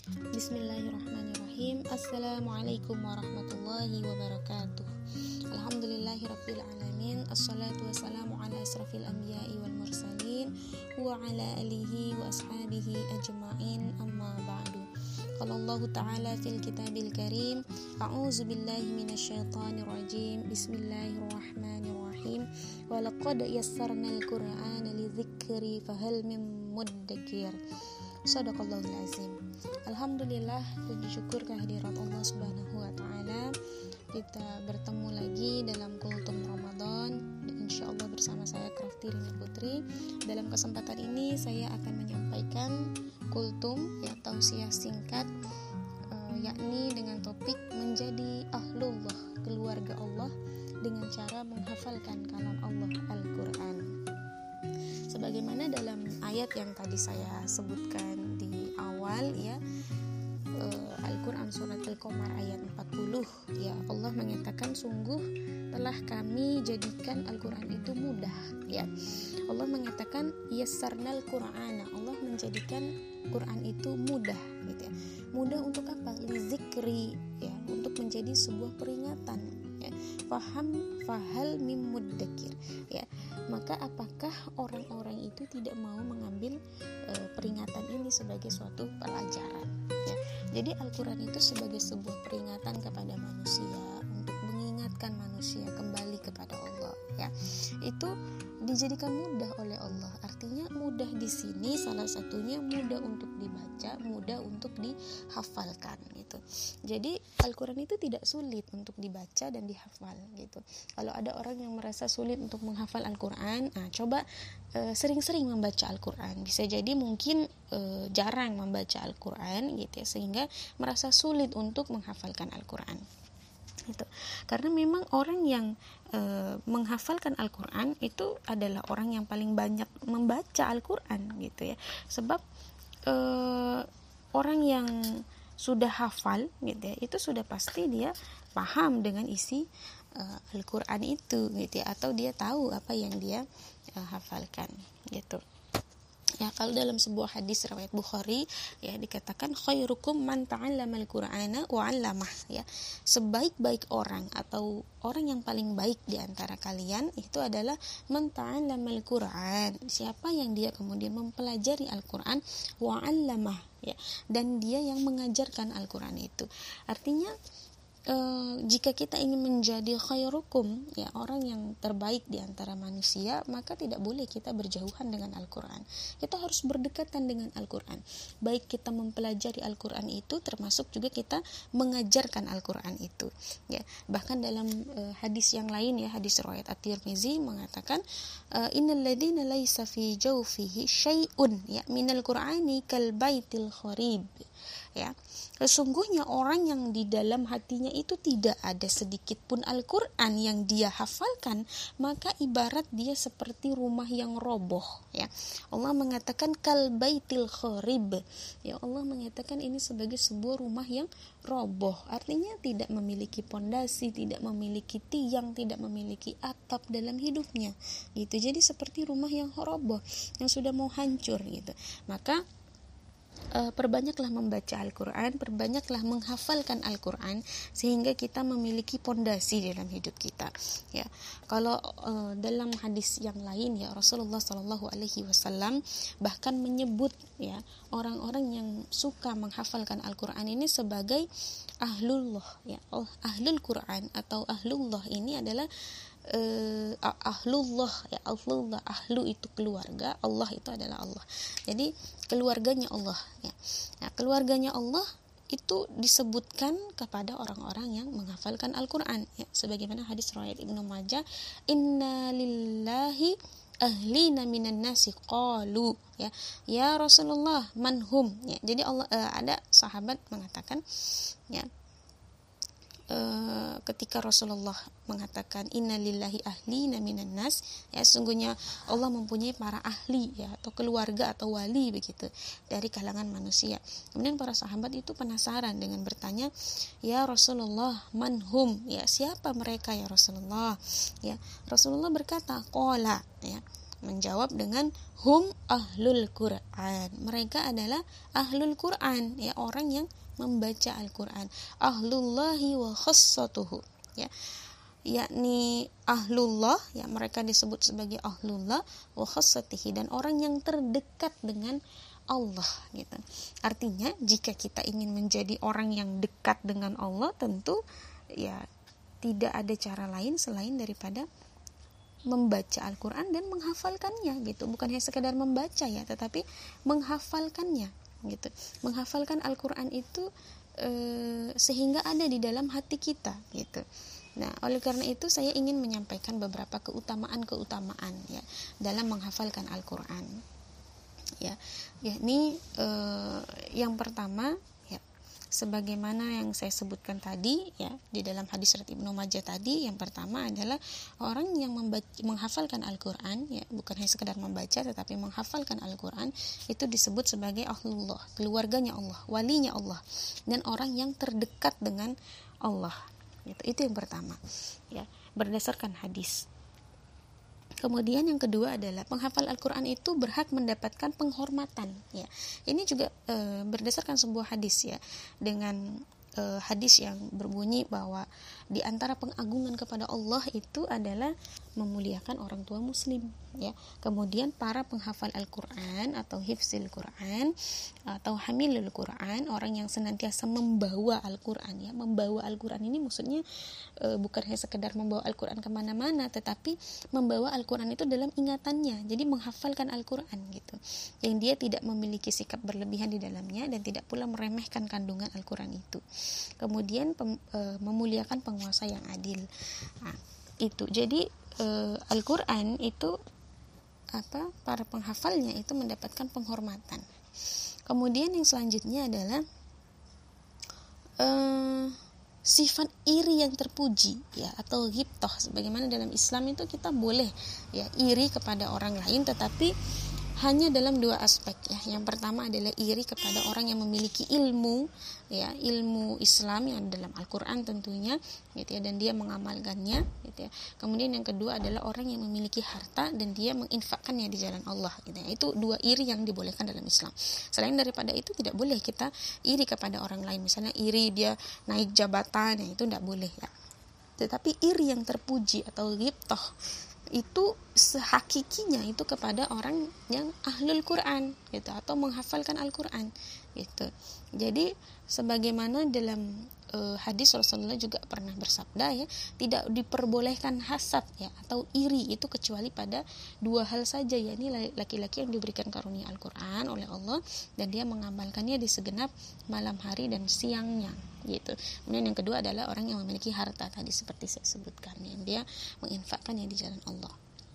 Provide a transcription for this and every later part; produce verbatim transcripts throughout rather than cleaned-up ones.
Bismillahirrahmanirrahim. Assalamualaikum warahmatullahi wabarakatuh. Alhamdulillahirabbil alamin. Assalatu wassalamu ala asrafil anbiya'i wal mursalin wa ala alihi wa ashabihi ajma'in. Amma ba'du. Qala Allah ta'ala fil kitabil karim, a'udzu billahi minasyaitonir rajim. Bismillahirrahmanirrahim. Wa laqad yassarnal qur'ana lidzikri fahal mim muddakir. Shadaqallahul azim. Alhamdulillah, puji syukur kehadirat Allah Subhanahu wa taala. Kita bertemu lagi dalam kultum Ramadan dan insyaallah bersama saya Krafty Rini Putri. Dalam kesempatan ini saya akan menyampaikan kultum ya tausiah singkat uh, yakni dengan topik menjadi ahlullah, keluarga Allah dengan cara menghafalkan kalam Allah Al-Qur'an. Sebagaimana dalam ayat yang tadi saya sebutkan di awal ya, uh, Al-Quran surat Al-Qamar ayat empat puluh ya, Allah mengatakan sungguh telah kami jadikan Al-Quran itu mudah ya. Allah mengatakan yassarnal Qur'ana, Allah menjadikan Quran itu mudah gitu ya. Mudah untuk apa? Lizikri ya, untuk menjadi sebuah peringatan ya. Faham fahal mim muddakir ya. Maka apakah orang-orang itu tidak mau mengambil e, peringatan ini sebagai suatu pelajaran ya. Jadi Al-Quran itu sebagai sebuah peringatan kepada manusia untuk mengingatkan manusia kembali kepada Allah ya. Itu dijadikan mudah oleh Allah. Artinya mudah di sini salah satunya mudah untuk dibaca, mudah untuk dihafalkan gitu. Jadi Al-Quran itu tidak sulit untuk dibaca dan dihafal gitu. Kalau ada orang yang merasa sulit untuk menghafal Al-Quran, nah coba e, sering-sering membaca Al-Quran. Bisa jadi mungkin e, jarang membaca Al-Quran gitu ya, sehingga merasa sulit untuk menghafalkan Al-Quran gitu. Karena memang orang yang e, menghafalkan Al-Quran itu adalah orang yang paling banyak membaca Al-Quran gitu ya. Sebab e, orang yang sudah hafal gitu ya, itu sudah pasti dia paham dengan isi uh, Al-Quran itu gitu ya, atau dia tahu apa yang dia uh, hafalkan gitu. Ya, kalau dalam sebuah hadis riwayat Bukhari ya dikatakan khairukum man ta'allamal Qur'ana wa 'allamah ya. Sebaik-baik orang atau orang yang paling baik di antara kalian itu adalah man ta'allamal Qur'an. Siapa yang dia kemudian mempelajari Al-Qur'an wa 'allamah ya, dan dia yang mengajarkan Al-Qur'an itu. Artinya Uh, jika kita ingin menjadi khairukum ya, orang yang terbaik di antara manusia, maka tidak boleh kita berjauhan dengan Al-Quran. Kita harus berdekatan dengan Al-Quran. Baik kita mempelajari Al-Quran itu, termasuk juga kita mengajarkan Al-Quran itu ya. Bahkan dalam uh, hadis yang lain ya, hadis riwayat At-Tirmizi mengatakan uh, innal ladzina laisa fi jawfihi syai'un ya minal Qur'ani kal baitil kharib ya. Sesungguhnya orang yang di dalam hatinya itu tidak ada sedikit pun Al-Quran yang dia hafalkan, maka ibarat dia seperti rumah yang roboh ya. Allah mengatakan kal baitil kharib ya, Allah mengatakan ini sebagai sebuah rumah yang roboh, artinya tidak memiliki pondasi, tidak memiliki tiang, tidak memiliki atap dalam hidupnya gitu. Jadi seperti rumah yang roboh, yang sudah mau hancur gitu. Maka Uh, perbanyaklah membaca Al-Quran, perbanyaklah menghafalkan Al-Quran sehingga kita memiliki pondasi dalam hidup kita ya. Kalau uh, dalam hadis yang lain ya, Rasulullah Shallallahu Alaihi Wasallam bahkan menyebut ya orang-orang yang suka menghafalkan Al-Quran ini sebagai ahlullah ya. Oh, ahlul Quran atau ahlullah ini adalah Uh, ahlullah ya, ahlullah, ahlu itu keluarga, Allah itu adalah Allah. Jadi keluarganya Allah ya. Nah, keluarganya Allah itu disebutkan kepada orang-orang yang menghafalkan Al-Quran ya. Sebagaimana hadis riwayat Ibnu Majah, inna lillahi ahlina minan nasi qalu ya ya Rasulullah manhum ya. Jadi Allah uh, ada sahabat mengatakan ya, Uh, ketika Rasulullah mengatakan innalillahi ahlina minan nas ya, sesungguhnya Allah mempunyai para ahli ya, atau keluarga atau wali begitu dari kalangan manusia. Kemudian para sahabat itu penasaran dengan bertanya, ya Rasulullah manhum ya, siapa mereka ya Rasulullah ya. Rasulullah berkata qala ya, menjawab dengan hum ahlul Quran. Mereka adalah ahlul Quran, ya, orang yang membaca Al-Quran. Ahlullahi wa khassatuhu, ya, yakni ahlullah, ya, mereka disebut sebagai ahlullah wa khassatihi, dan orang yang terdekat dengan Allah, gitu. Artinya jika kita ingin menjadi orang yang dekat dengan Allah, tentu ya tidak ada cara lain selain daripada membaca Al-Quran dan menghafalkannya, gitu. Bukan hanya sekadar membaca, ya, tetapi menghafalkannya, gitu. Menghafalkan Al-Quran itu e, sehingga ada di dalam hati kita, gitu. Nah, oleh karena itu saya ingin menyampaikan beberapa keutamaan-keutamaan, ya, dalam menghafalkan Al-Quran, ya. Yakni e, yang pertama, ya, sebagaimana yang saya sebutkan tadi, ya, di dalam hadis riwayat Ibnu Majah tadi, yang pertama adalah orang yang membaca, menghafalkan Al-Quran, ya, bukan hanya sekedar membaca tetapi menghafalkan Al-Quran, itu disebut sebagai ahlullah, keluarganya Allah, walinya Allah, dan orang yang terdekat dengan Allah, gitu. Itu yang pertama, ya, berdasarkan hadis. Kemudian yang kedua adalah penghafal Al-Quran itu berhak mendapatkan penghormatan, ya. Ini juga e, berdasarkan sebuah hadis, ya, dengan e, hadis yang berbunyi bahwa di antara pengagungan kepada Allah itu adalah memuliakan orang tua muslim, ya. Kemudian para penghafal Al-Quran atau hifzil Quran atau hamilul Quran, orang yang senantiasa membawa Al-Quran, ya. Membawa Al-Quran ini maksudnya e, bukan hanya sekedar membawa Al-Quran kemana-mana, tetapi membawa Al-Quran itu dalam ingatannya. Jadi menghafalkan Al-Quran, gitu, yang dia tidak memiliki sikap berlebihan di dalamnya dan tidak pula meremehkan kandungan Al-Quran itu. Kemudian pem, e, memuliakan penguasa yang adil. Nah, itu. Jadi e, Al-Quran itu apa? Para penghafalnya itu mendapatkan penghormatan. Kemudian yang selanjutnya adalah e, sifat iri yang terpuji, ya, atau ghibthah. Sebagaimana dalam Islam itu kita boleh, ya, iri kepada orang lain, tetapi hanya dalam dua aspek, ya. Yang pertama adalah iri kepada orang yang memiliki ilmu, ya, ilmu Islam yang dalam Al-Quran tentunya, gitu, ya, dan dia mengamalkannya, gitu, ya. Kemudian yang kedua adalah orang yang memiliki harta dan dia menginfakkannya di jalan Allah, gitu, ya. Itu dua iri yang dibolehkan dalam Islam. Selain daripada itu tidak boleh kita iri kepada orang lain. Misalnya iri dia naik jabatan, ya, itu tidak boleh, ya. Tetapi iri yang terpuji atau ghibthah itu sehakikinya itu kepada orang yang ahlul Quran, gitu, atau menghafalkan Al-Quran, gitu. Jadi sebagaimana dalam e, hadis Rasulullah juga pernah bersabda, ya, tidak diperbolehkan hasad, ya, atau iri itu kecuali pada dua hal saja, yakni laki-laki yang diberikan karunia Al-Quran oleh Allah dan dia mengamalkannya di segenap malam hari dan siangnya, gitu. Kemudian yang kedua adalah orang yang memiliki harta tadi seperti saya sebutkan, yang dia menginfakkannya di jalan Allah.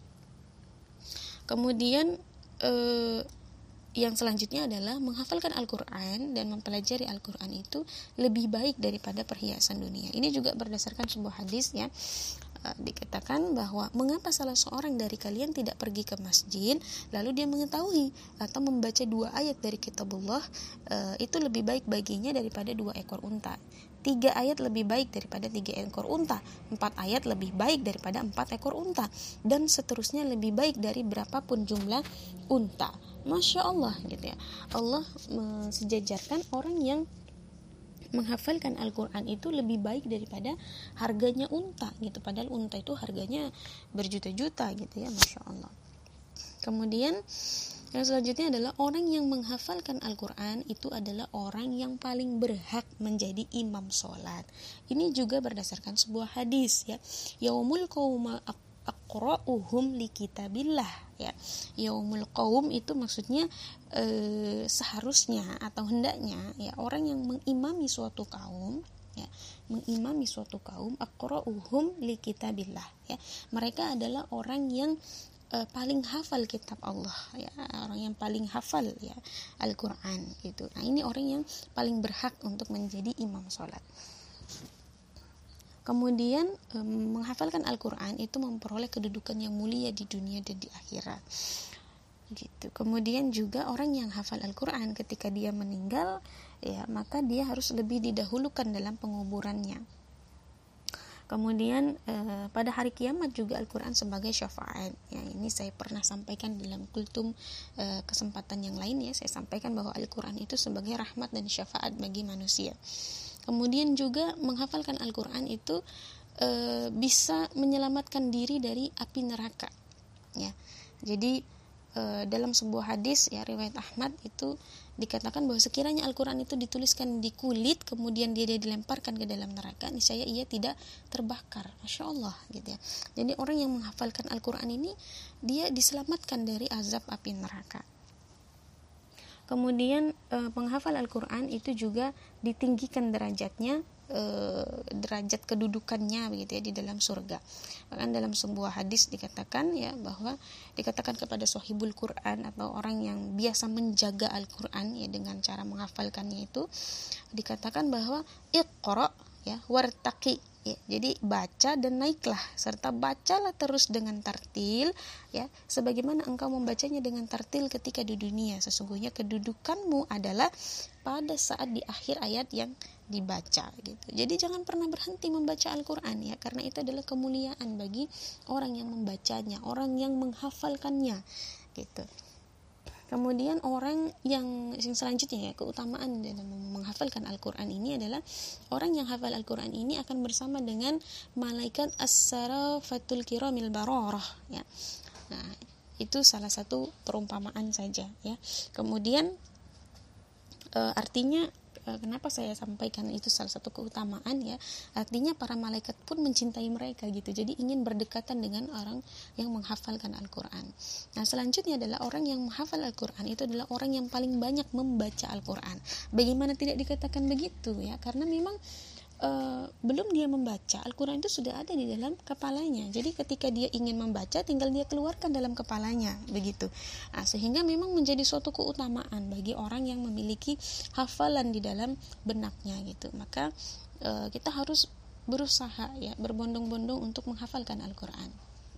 Kemudian eh, yang selanjutnya adalah menghafalkan Al-Quran dan mempelajari Al-Quran itu lebih baik daripada perhiasan dunia. Ini juga berdasarkan sebuah hadis, ya, e, dikatakan bahwa mengapa salah seorang dari kalian tidak pergi ke masjid lalu dia mengetahui atau membaca dua ayat dari kitabullah, e, itu lebih baik baginya daripada dua ekor unta. Tiga ayat lebih baik daripada tiga ekor unta, empat ayat lebih baik daripada empat ekor unta, dan seterusnya lebih baik dari berapapun jumlah unta. Masya Allah, gitu, ya. Allah mensejajarkan orang yang menghafalkan Al-Quran itu lebih baik daripada harganya unta, gitu. Padahal unta itu harganya berjuta-juta, gitu, ya. Masya Allah. Kemudian yang selanjutnya adalah orang yang menghafalkan Al-Quran itu adalah orang yang paling berhak menjadi imam sholat. Ini juga berdasarkan sebuah hadis, ya. Yaumul qauma aqra'uhum li kitabillah, ya. Yaumul qaum itu maksudnya e, seharusnya atau hendaknya, ya, orang yang mengimami suatu kaum, ya, mengimami suatu kaum aqra'uhum li kitabillah, ya. Mereka adalah orang yang Uh, paling hafal kitab Allah, ya, orang yang paling hafal, ya, Al-Quran itu. Nah, ini orang yang paling berhak untuk menjadi imam sholat. Kemudian um, menghafalkan Al-Quran itu memperoleh kedudukan yang mulia di dunia dan di akhirat, gitu. Kemudian juga orang yang hafal Al-Quran ketika dia meninggal, ya, maka dia harus lebih didahulukan dalam penguburannya. Kemudian eh, pada hari kiamat juga Al-Quran sebagai syafaat. Ya, ini saya pernah sampaikan dalam kultum eh, kesempatan yang lain ya. Saya sampaikan bahwa Al-Quran itu sebagai rahmat dan syafaat bagi manusia. Kemudian juga menghafalkan Al-Quran itu e, bisa menyelamatkan diri dari api neraka. Ya, jadi e, dalam sebuah hadis ya riwayat Ahmad itu dikatakan bahwa sekiranya Al-Quran itu dituliskan di kulit, kemudian dia, dia dilemparkan ke dalam neraka, niscaya ia tidak terbakar. Masya Allah gitu ya. Jadi orang yang menghafalkan Al-Quran ini dia diselamatkan dari azab api neraka. Kemudian eh, penghafal Al-Quran itu juga ditinggikan derajatnya, eh, derajat kedudukannya begitu ya di dalam surga. Bahkan dalam sebuah hadis dikatakan ya bahwa dikatakan kepada sahibul Quran atau orang yang biasa menjaga Al-Quran ya dengan cara menghafalkannya itu dikatakan bahwa iqra ya wartaqi ya, jadi baca dan naiklah serta bacalah terus dengan tartil ya sebagaimana engkau membacanya dengan tartil ketika di dunia. Sesungguhnya kedudukanmu adalah pada saat di akhir ayat yang dibaca gitu. Jadi jangan pernah berhenti membaca Al-Quran ya, karena itu adalah kemuliaan bagi orang yang membacanya, orang yang menghafalkannya gitu. Kemudian orang yang selanjutnya ya, keutamaan dalam menghafalkan Al-Quran ini adalah orang yang hafal Al-Quran ini akan bersama dengan malaikat as-sarafatul kiramil bararah ya. Nah, itu salah satu perumpamaan saja ya. Kemudian e, artinya kenapa saya sampaikan itu salah satu keutamaan ya, artinya para malaikat pun mencintai mereka gitu, jadi ingin berdekatan dengan orang yang menghafalkan Al-Quran. Nah selanjutnya adalah orang yang menghafal Al-Quran itu adalah orang yang paling banyak membaca Al-Quran. Bagaimana tidak dikatakan begitu ya, karena memang Uh, belum dia membaca, Al-Quran itu sudah ada di dalam kepalanya. Jadi ketika dia ingin membaca, tinggal dia keluarkan dalam kepalanya, begitu. Nah, sehingga memang menjadi suatu keutamaan bagi orang yang memiliki hafalan di dalam benaknya, gitu. Maka uh, kita harus berusaha ya, berbondong-bondong untuk menghafalkan Al-Quran.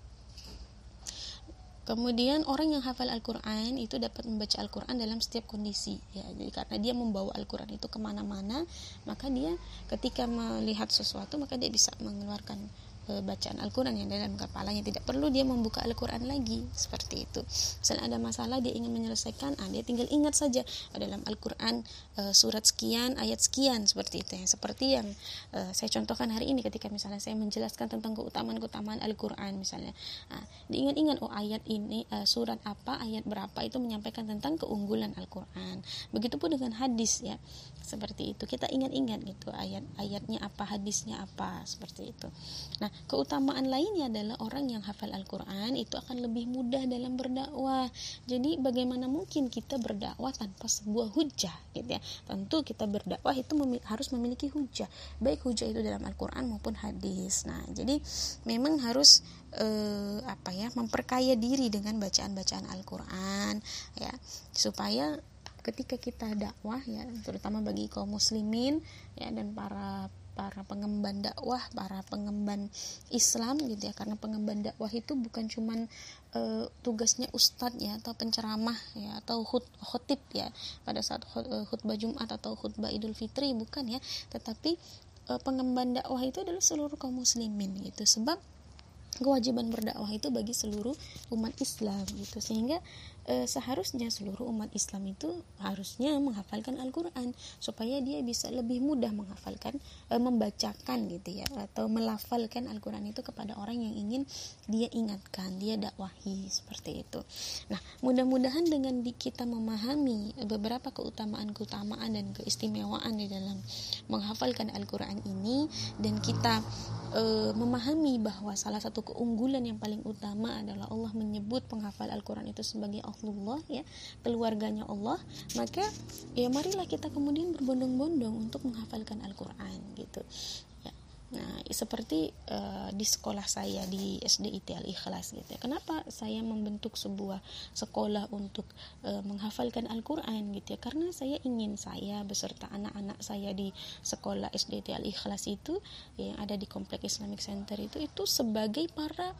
Kemudian orang yang hafal Al-Quran itu dapat membaca Al-Quran dalam setiap kondisi ya. Jadi karena dia membawa Al-Quran itu kemana-mana, maka dia ketika melihat sesuatu maka dia bisa mengeluarkan e, bacaan Al-Quran yang dalam kepalanya, tidak perlu dia membuka Al-Quran lagi seperti itu. Misalnya ada masalah dia ingin menyelesaikan, ah, dia tinggal ingat saja dalam Al-Quran e, surat sekian ayat sekian seperti itu ya. Seperti yang e, saya contohkan hari ini ketika misalnya saya menjelaskan tentang keutamaan-keutamaan Al-Quran misalnya, nah, diingat-ingat oh ayat ini uh, surat apa ayat berapa itu menyampaikan tentang keunggulan Al-Quran. Begitupun dengan hadis ya, seperti itu kita ingat-ingat gitu ayat-ayatnya apa, hadisnya apa, seperti itu. Nah keutamaan lainnya adalah orang yang hafal Al-Quran itu akan lebih mudah dalam berdakwah. Jadi bagaimana mungkin kita berdakwah tanpa sebuah hujah gitu ya. Tentu kita berdakwah itu memil- harus memiliki hujah, baik hujah itu dalam Al-Quran maupun hadis. Nah jadi memang harus Eh, apa ya memperkaya diri dengan bacaan-bacaan Al-Quran ya, supaya ketika kita dakwah ya, terutama bagi kaum muslimin ya dan para para pengemban dakwah, para pengemban Islam gitu ya, karena pengemban dakwah itu bukan cuman e, tugasnya ustadz ya atau penceramah ya atau khut, khotib ya pada saat khutbah Jumat atau khutbah Idul Fitri, bukan ya, tetapi e, pengemban dakwah itu adalah seluruh kaum muslimin gitu, sebab kewajiban berdakwah itu bagi seluruh umat Islam gitu, sehingga e, seharusnya seluruh umat Islam itu harusnya menghafalkan Al-Quran supaya dia bisa lebih mudah menghafalkan, e, membacakan gitu ya, atau melafalkan Al-Quran itu kepada orang yang ingin dia ingatkan, dia dakwahi, seperti itu. Nah mudah-mudahan dengan di, kita memahami beberapa keutamaan-keutamaan dan keistimewaan di dalam menghafalkan Al-Quran ini, dan kita e, memahami bahwa salah satu keunggulan yang paling utama adalah Allah menyebut penghafal Al-Quran itu sebagai Allah ya, keluarganya Allah, maka ya marilah kita kemudian berbondong-bondong untuk menghafalkan Al-Quran gitu ya. Nah seperti uh, di sekolah saya di S D I T Al-Ikhlas gitu ya. Kenapa saya membentuk sebuah sekolah untuk uh, menghafalkan Al-Quran gitu ya, karena saya ingin saya beserta anak-anak saya di sekolah S D I T Al-Ikhlas itu yang ada di Komplek Islamic Center itu itu sebagai para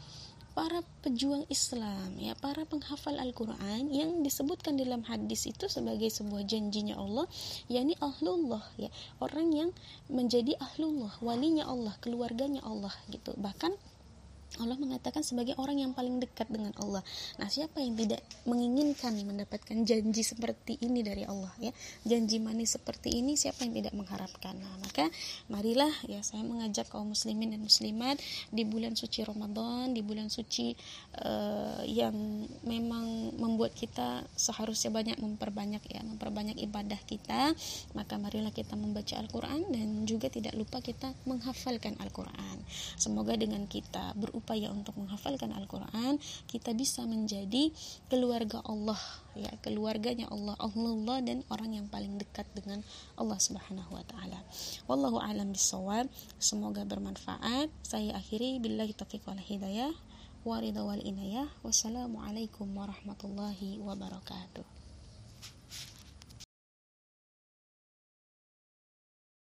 para pejuang Islam, ya, para penghafal Al-Quran yang disebutkan dalam hadis itu sebagai sebuah janjinya Allah, yakni ahlullah, ya, orang yang menjadi ahlullah, walinya Allah, keluarganya Allah gitu. Bahkan Allah mengatakan sebagai orang yang paling dekat dengan Allah. Nah, siapa yang tidak menginginkan mendapatkan janji seperti ini dari Allah, ya, janji manis seperti ini, siapa yang tidak mengharapkan? Nah, maka marilah, ya, saya mengajak kaum muslimin dan muslimat di bulan suci Ramadan, di bulan suci uh, yang memang membuat kita seharusnya banyak memperbanyak, ya, memperbanyak ibadah kita, maka marilah kita membaca Al-Quran dan juga tidak lupa kita menghafalkan Al-Quran. Semoga dengan kita berupaya upaya untuk menghafalkan Al-Quran, kita bisa menjadi keluarga Allah, ya, keluarganya Allah, Allah dan orang yang paling dekat dengan Allah Subhanahu wa taala. Wallahu a'lam bissawab. Semoga bermanfaat. Saya akhiri billahi taufiq wal hidayah wa ridha wal inayah. Wassalamualaikum warahmatullahi wabarakatuh.